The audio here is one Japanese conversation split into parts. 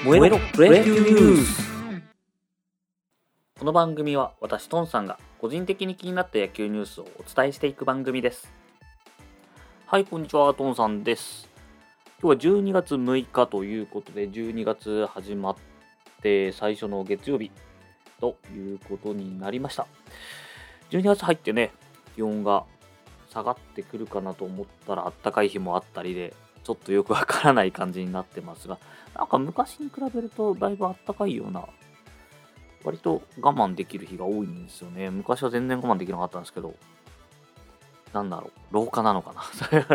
燃えろプロ野球ニュース。この番組は私トンさんが個人的に気になった野球ニュースをお伝えしていく番組です。はい、こんにちは、トンさんです。今日は12月6日ということで、12月始まって最初の月曜日ということになりました。12月入ってね、気温が下がってくるかなと思ったら暖かい日もあったりで、ちょっとよくわからない感じになってますが、なんか昔に比べるとだいぶ暖かいような、割と我慢できる日が多いんですよね。昔は全然我慢できなかったんですけど、なんだろう、老化なのかな。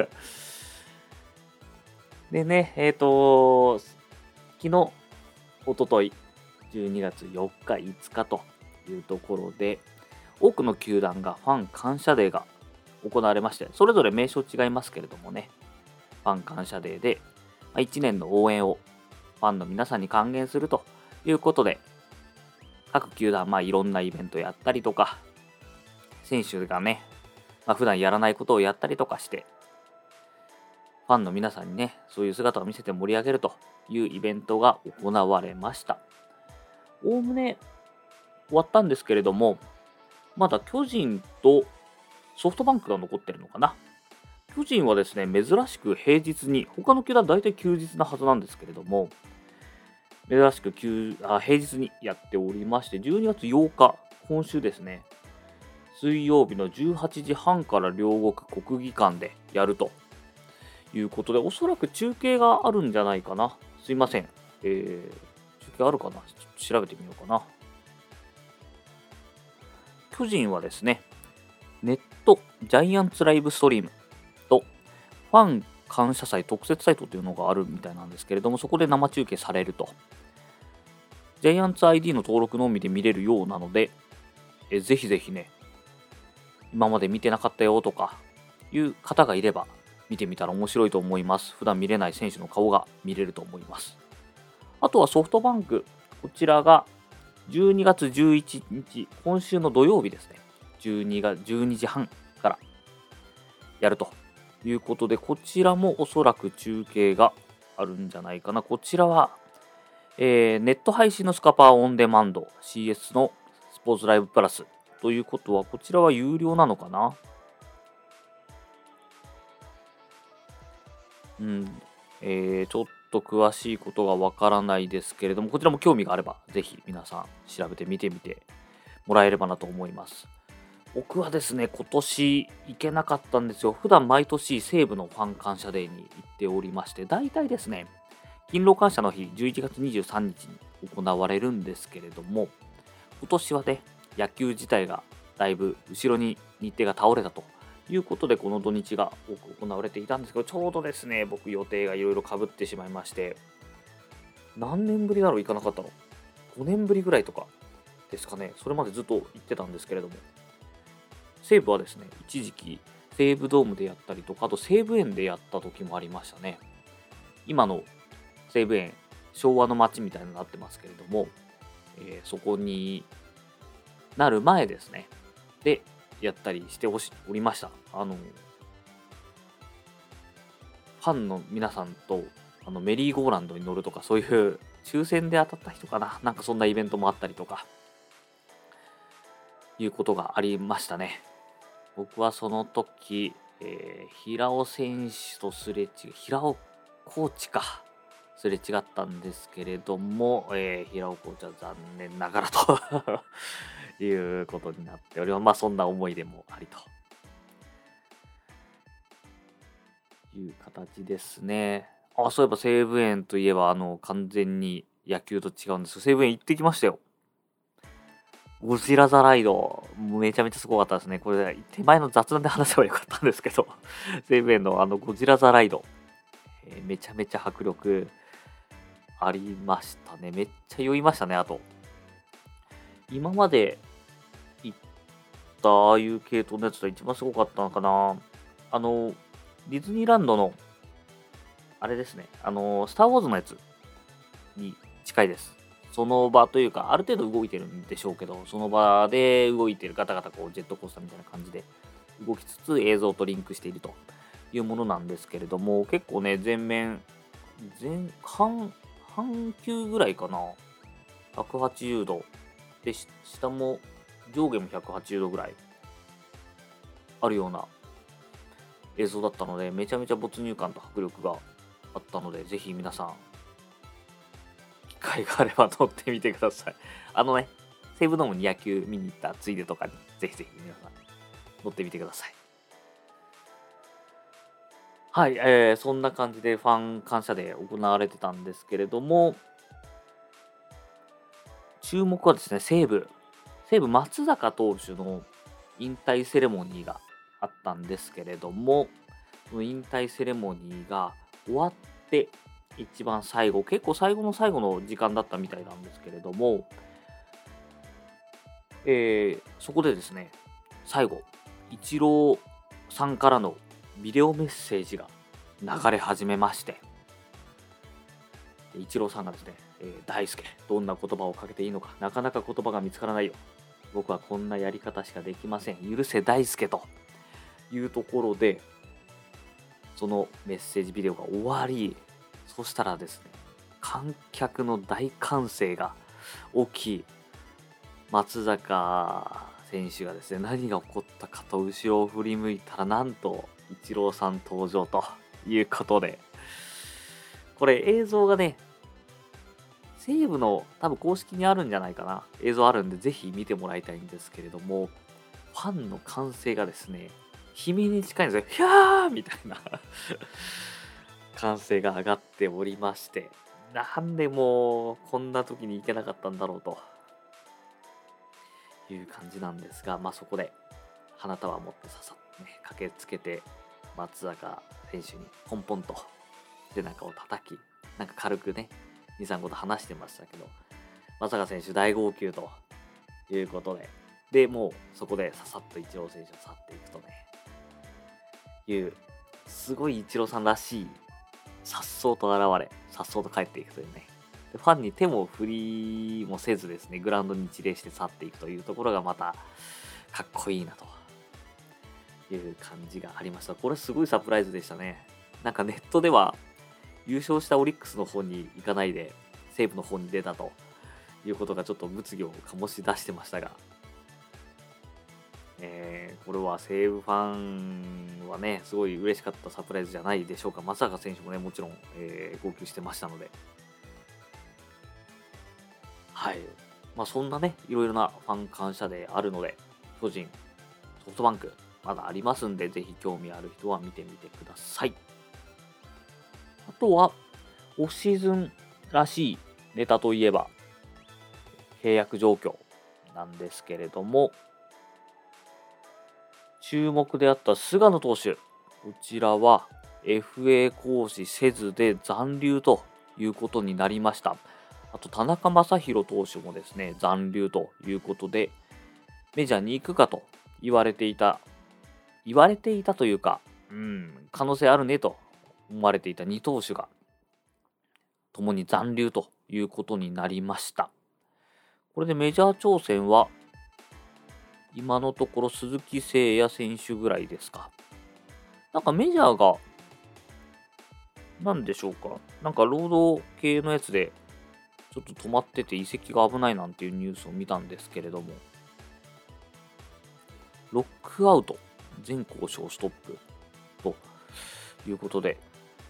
でね、昨日、おととい、12月4日、5日というところで、多くの球団がファン感謝デーが行われまして、それぞれ名称違いますけれどもね、ファン感謝デーで、1年の応援をファンの皆さんに還元するということで、各球団、いろんなイベントやったりとか、選手がね、普段やらないことをやったりとかして、ファンの皆さんにね、そういう姿を見せて盛り上げるというイベントが行われました。おおむね終わったんですけれども、まだ巨人とソフトバンクが残ってるのかな。巨人はですね、珍しく平日に、他の球団大体休日なはずなんですけれども、珍しく平日にやっておりまして、12月8日、今週ですね、水曜日の18時半から両国国技館でやるということで、おそらく中継があるんじゃないかな。すいません。中継あるかな、ちょっと調べてみようかな。巨人はですね、ネットジャイアンツライブストリームとファン感謝祭特設サイトというのがあるみたいなんですけれども、そこで生中継されると。ジャイアンツ ID の登録のみで見れるようなので、ぜひぜひね、今まで見てなかったよとかいう方がいれば見てみたら面白いと思います。普段見れない選手の顔が見れると思います。あとはソフトバンク、こちらが12月11日、今週の土曜日ですね、12時半からやるということで、こちらもおそらく中継があるんじゃないかな。こちらは、ネット配信のスカパーオンデマンド CS のスポーツライブプラスということは、こちらは有料なのかな。ちょっと詳しいことがわからないですけれども、こちらも興味があればぜひ皆さん調べてみてみてもらえればなと思います。僕はですね、今年行けなかったんですよ。普段毎年西武のファン感謝デーに行っておりまして、大体ですね、勤労感謝の日11月23日に行われるんですけれども、今年はね、野球自体がだいぶ後ろに日程が倒れたということで、この土日が多く行われていたんですけど、ちょうどですね、僕予定がいろいろ被ってしまいまして、何年ぶりだろう行かなかったの。5年ぶりぐらいとかですかね。それまでずっと行ってたんですけれども、西武はですね、一時期西武ドームでやったりとか、あと西武園でやった時もありましたね。今の西武園、昭和の街みたいになってますけれども、そこになる前ですね、でやったりしておりました。ファンの皆さんとメリーゴーランドに乗るとか、そういう抽選で当たった人かな、なんかそんなイベントもあったりとかいうことがありましたね。僕はその時、平尾選手と平尾コーチかすれ違ったんですけれども、平尾コーチは残念ながらということになっております。そんな思い出もありという形ですね。そういえば西武園といえば完全に野球と違うんですけど、西武園行ってきましたよ。ゴジラザライド、めちゃめちゃすごかったですね。これ、手前の雑談で話せばよかったんですけど、西武園のゴジラザライド、めちゃめちゃ迫力ありましたね。めっちゃ酔いましたね、あと。今まで行ったああいう系統のやつが一番すごかったのかな。ディズニーランドの、あれですね、スター・ウォーズのやつに近いです。その場というか、ある程度動いてるんでしょうけど、その場で動いてるガタガタこうジェットコースターみたいな感じで動きつつ映像とリンクしているというものなんですけれども、結構ね、 半球ぐらいかな。180度。で、下も、上下も180度ぐらいあるような映像だったので、めちゃめちゃ没入感と迫力があったので、ぜひ皆さん、機会があれば乗ってみてください。西武ドームに野球見に行ったついでとかに、ぜひぜひ皆さん乗ってみてください。はい、そんな感じでファン感謝デー行われてたんですけれども、注目はですね、西武松坂投手の引退セレモニーがあったんですけれども、その引退セレモニーが終わって一番最後、結構最後の最後の時間だったみたいなんですけれども、そこでですね、最後、イチローさんからのビデオメッセージが流れ始めまして、イチローさんがですね、大輔、どんな言葉をかけていいのか、なかなか言葉が見つからないよ。僕はこんなやり方しかできません。許せ大輔というところで、そのメッセージビデオが終わり、そしたらですね、観客の大歓声が起き、松坂選手がですね、何が起こったかと後ろを振り向いたら、なんと、イチローさん登場ということで、これ映像がね、西武の多分公式にあるんじゃないかな。映像あるんで、ぜひ見てもらいたいんですけれども、ファンの歓声がですね、悲鳴に近いんですよ。ヒャーみたいな歓声が上がっておりまして、なんでもうこんな時に行けなかったんだろうという感じなんですが、そこで花束を持ってささっとね、駆けつけて松坂選手にポンポンと背中を叩き、なんか軽くね、2、3こと話してましたけど、松坂選手大号泣ということで、もうそこでささっとイチロー選手を去っていくとね、いうすごいイチローさんらしい、颯爽と現れ、颯爽と帰っていくというね、でファンに手も振りもせずですね、グラウンドに一礼して去っていくというところがまたかっこいいなという感じがありました。これすごいサプライズでしたね。なんかネットでは優勝したオリックスの方に行かないで西武の方に出たということがちょっと物議を醸し出してましたが、これは西武ファンはね、すごい嬉しかったサプライズじゃないでしょうか。松坂選手もね、もちろん、号泣してましたので。はい。そんなね、いろいろなファン感謝であるので、巨人、ソフトバンク、まだありますんで、ぜひ興味ある人は見てみてください。あとは、オフシーズンらしいネタといえば、契約状況なんですけれども、注目であった菅野投手、こちらは FA 行使せずで残留ということになりました。あと田中将大投手もですね、残留ということで、メジャーに行くかと言われていたというか、可能性あるねと思われていた2投手が、共に残留ということになりました。これでメジャー挑戦は、今のところ鈴木誠也選手ぐらいですか。なんかメジャーが、なんでしょうか。なんか労働系のやつで、ちょっと止まってて移籍が危ないなんていうニュースを見たんですけれども、ロックアウト、全交渉ストップということで、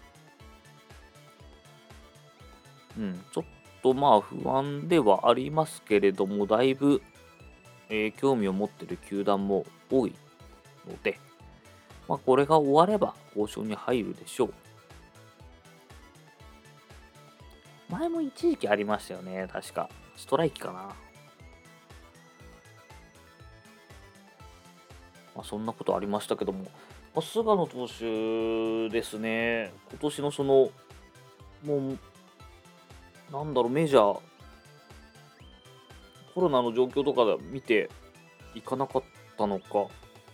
ちょっと不安ではありますけれども、だいぶ、興味を持っている球団も多いので、これが終われば交渉に入るでしょう。前も一時期ありましたよね、確か。ストライキかな。そんなことありましたけども、菅野投手ですね、今年のもう、メジャー、コロナの状況とかで見ていかなかったのか。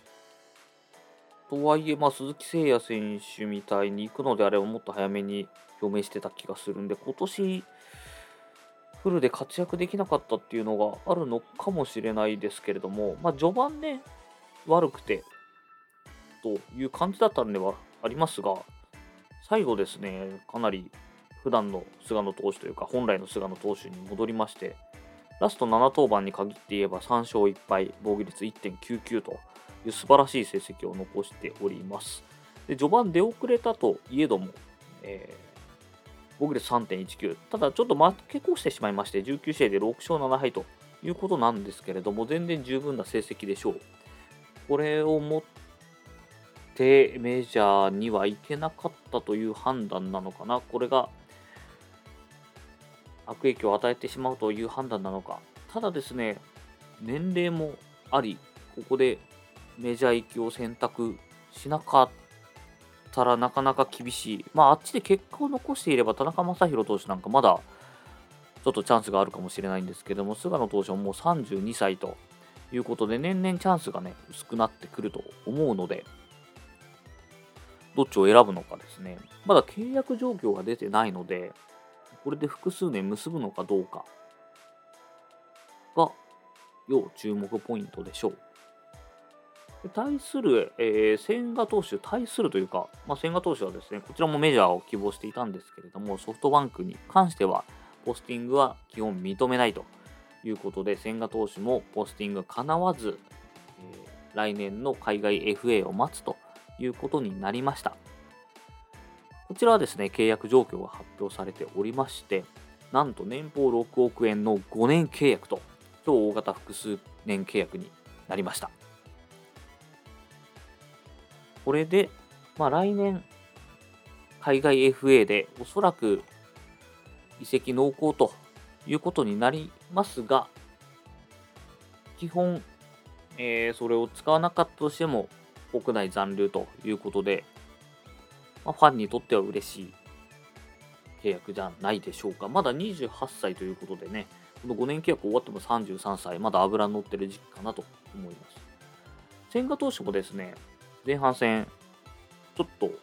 とはいえ、鈴木誠也選手みたいに行くのであればもっと早めに表明してた気がするんで、今年フルで活躍できなかったっていうのがあるのかもしれないですけれども、序盤ね、悪くてという感じだったんではありますが、最後ですね、かなり普段の菅野投手というか本来の菅野投手に戻りまして、ラスト7登板に限って言えば3勝1敗、防御率 1.99 という素晴らしい成績を残しております。で序盤出遅れたといえども、防御率 3.19、ただちょっと負け越してしまいまして、19試合で6勝7敗ということなんですけれども、全然十分な成績でしょう。これをもってメジャーにはいけなかったという判断なのかな。これが悪影響を与えてしまうという判断なのか。ただですね、年齢もあり、ここでメジャー行きを選択しなかったらなかなか厳しい。あっちで結果を残していれば、田中将大投手なんかまだちょっとチャンスがあるかもしれないんですけども、菅野投手はもう32歳ということで、年々チャンスがね、薄くなってくると思うので、どっちを選ぶのかですね。まだ契約状況が出てないので、これで複数年結ぶのかどうかが要注目ポイントでしょう。対する、千賀投手、対するというか、千賀投手はですね、こちらもメジャーを希望していたんですけれども、ソフトバンクに関しては、ポスティングは基本認めないということで、千賀投手もポスティングかなわず、来年の海外 FA を待つということになりました。こちらはですね、契約状況が発表されておりまして、なんと年俸6億円の5年契約と、超大型複数年契約になりました。これで、来年、海外 FA でおそらく移籍濃厚ということになりますが、基本、それを使わなかったとしても、国内残留ということで、ファンにとっては嬉しい契約じゃないでしょうか。まだ28歳ということでね、この5年契約終わっても33歳、まだ脂乗ってる時期かなと思います。千賀投手もですね、前半戦、ちょっと、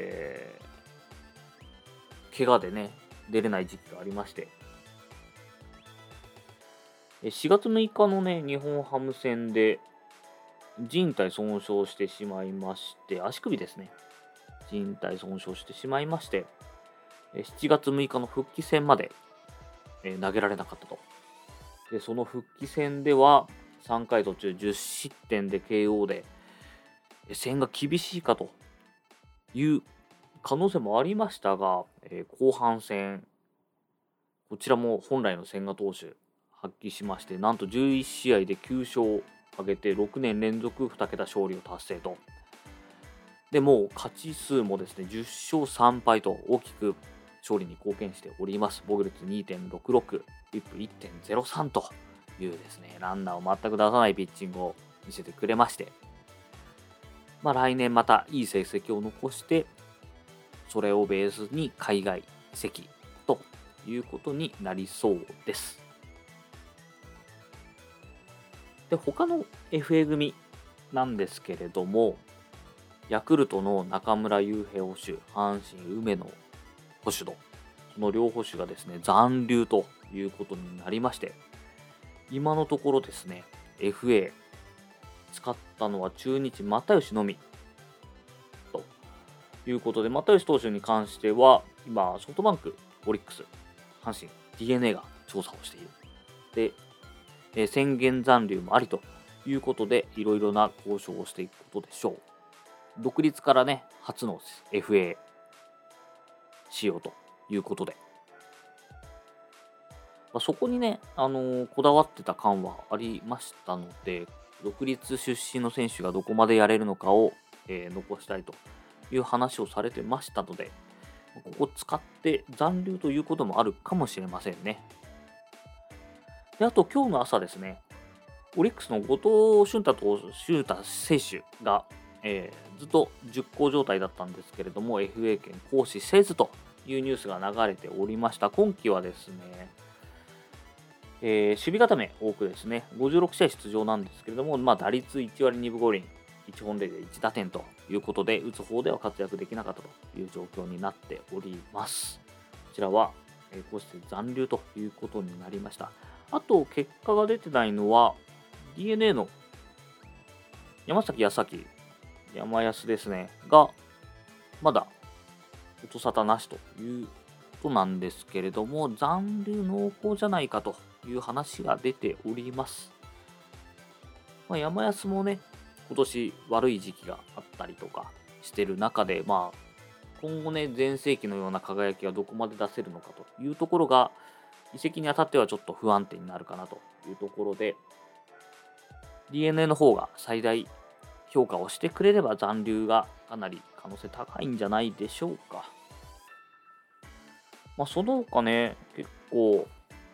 怪我でね、出れない時期がありまして、4月6日のね、日本ハム戦で、靭帯損傷してしまいまして、足首ですね。靭帯損傷してしまいまして、7月6日の復帰戦まで、投げられなかったと。で、その復帰戦では、3回途中10失点で KO で、戦が厳しいかという可能性もありましたが、後半戦、こちらも本来の千賀投手、発揮しまして、なんと11試合で9勝を挙げて、6年連続2桁勝利を達成と。で、もう勝ち数もですね、10勝3敗と大きく勝利に貢献しております。防御率 2.66、リップ 1.03 というですね、ランナーを全く出さないピッチングを見せてくれまして、来年またいい成績を残して、それをベースに海外移籍ということになりそうです。で、他の FA 組なんですけれども、ヤクルトの中村悠平捕手、阪神梅野捕手と、その両捕手がですね、残留ということになりまして、今のところですね、FA 使ったのは中日又吉のみということで、又吉投手に関しては、今、ソフトバンク、オリックス、阪神、DNA が調査をしている。で、宣言残留もありということで、いろいろな交渉をしていくことでしょう。独立からね、初の FA 仕様ということで、そこにね、こだわってた感はありましたので、独立出身の選手がどこまでやれるのかを、残したいという話をされてましたので、ここ使って残留ということもあるかもしれませんね。で、あと今日の朝ですね、オリックスの後藤俊太選手が、ずっと熟考状態だったんですけれども、FA 権行使せずというニュースが流れておりました。今季はですね、守備固め多くですね、56試合出場なんですけれども、打率1割2分5厘、1本塁打1打点ということで、打つ方では活躍できなかったという状況になっております。こちらは、こうして残留ということになりました。あと、結果が出てないのは、DNA の山崎康晃、山安ですね、が、まだ音沙汰なしということなんですけれども、残留濃厚じゃないかという話が出ております。山安もね、今年悪い時期があったりとかしてる中で、今後ね、全盛期のような輝きがどこまで出せるのかというところが、移籍にあたってはちょっと不安定になるかなというところで、DNA の方が最大評価をしてくれれば残留がかなり可能性高いんじゃないでしょうか。その他ね、結構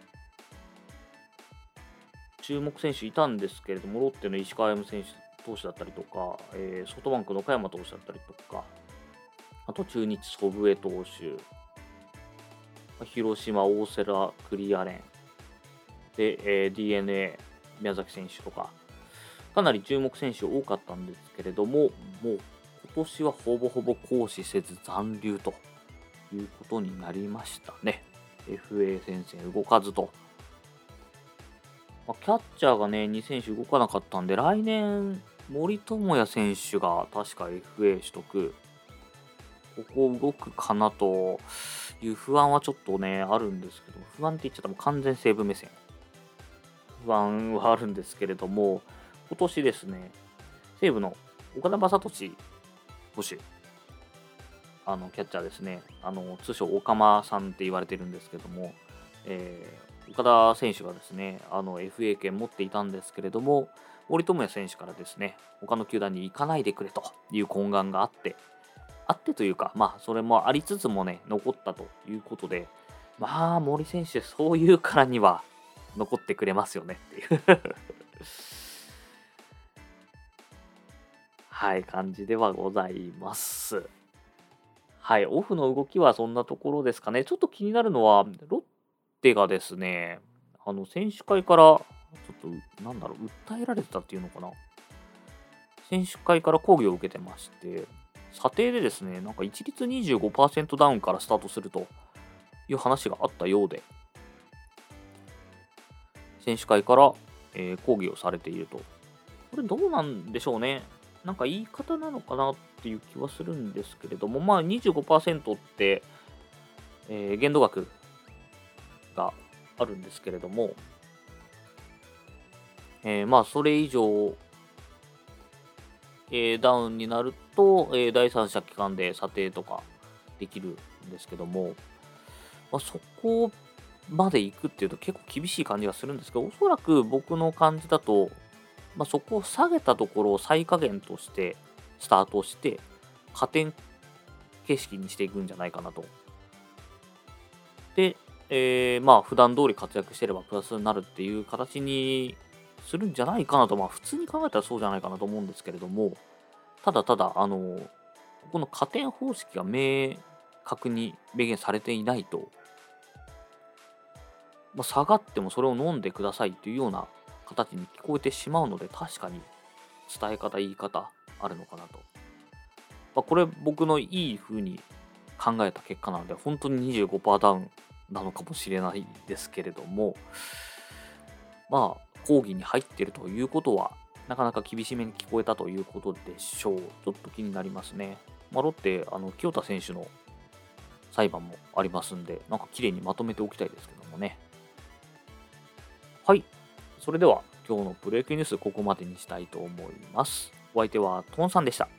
注目選手いたんですけれども、ロッテの石川歩選手投手だったりとか、ソフトバンクの岡山投手だったりとか、あと中日祖父江投手、広島大瀬良クリアレンで、DNA 宮崎選手とか、かなり注目選手多かったんですけれども、もう今年はほぼほぼ行使せず残留ということになりましたね。FA 戦線動かずと。キャッチャーがね、2選手動かなかったんで、来年、森友哉選手が確か FA 取得、ここ動くかなという不安はちょっとね、あるんですけど、不安って言っちゃったらもう完全西武目線。不安はあるんですけれども、今年ですね、西武の岡田将俊捕手、キャッチャーですね、通称岡間さんって言われてるんですけども、岡田選手がですね、FA 権持っていたんですけれども、森友哉選手からですね、他の球団に行かないでくれという懇願があって、というか、それもありつつもね、残ったということで、森選手、そういうからには残ってくれますよねっていうはい、感じではございます。はい、オフの動きはそんなところですかね。ちょっと気になるのは、ロッテがですね、選手会から、ちょっと、訴えられてたっていうのかな。選手会から抗議を受けてまして、査定でですね、一律25%ダウンからスタートするという話があったようで、選手会から、抗議をされていると。これどうなんでしょうね。言い方なのかなっていう気はするんですけれども、25%って、限度額があるんですけれども、それ以上、ダウンになると、第三者機関で査定とかできるんですけども、そこまで行くっていうと結構厳しい感じがするんですけど、おそらく僕の感じだと、そこを下げたところを最下限としてスタートして、加点形式にしていくんじゃないかなと。で、普段通り活躍してればプラスになるっていう形にするんじゃないかなと、普通に考えたらそうじゃないかなと思うんですけれども、ただ、ここの加点方式が明確に明言されていないと、下がってもそれを飲んでくださいというような形に聞こえてしまうので、確かに伝え方、言い方あるのかなと。これ僕のいい風に考えた結果なので、本当に25%ダウンなのかもしれないですけれども、講義に入っているということは、なかなか厳しめに聞こえたということでしょう。ちょっと気になりますね。ロッテ、清田選手の裁判もありますんで、綺麗にまとめておきたいですけどもね。はい。それでは、今日のプロ野球ニュース、ここまでにしたいと思います。お相手はトンさんでした。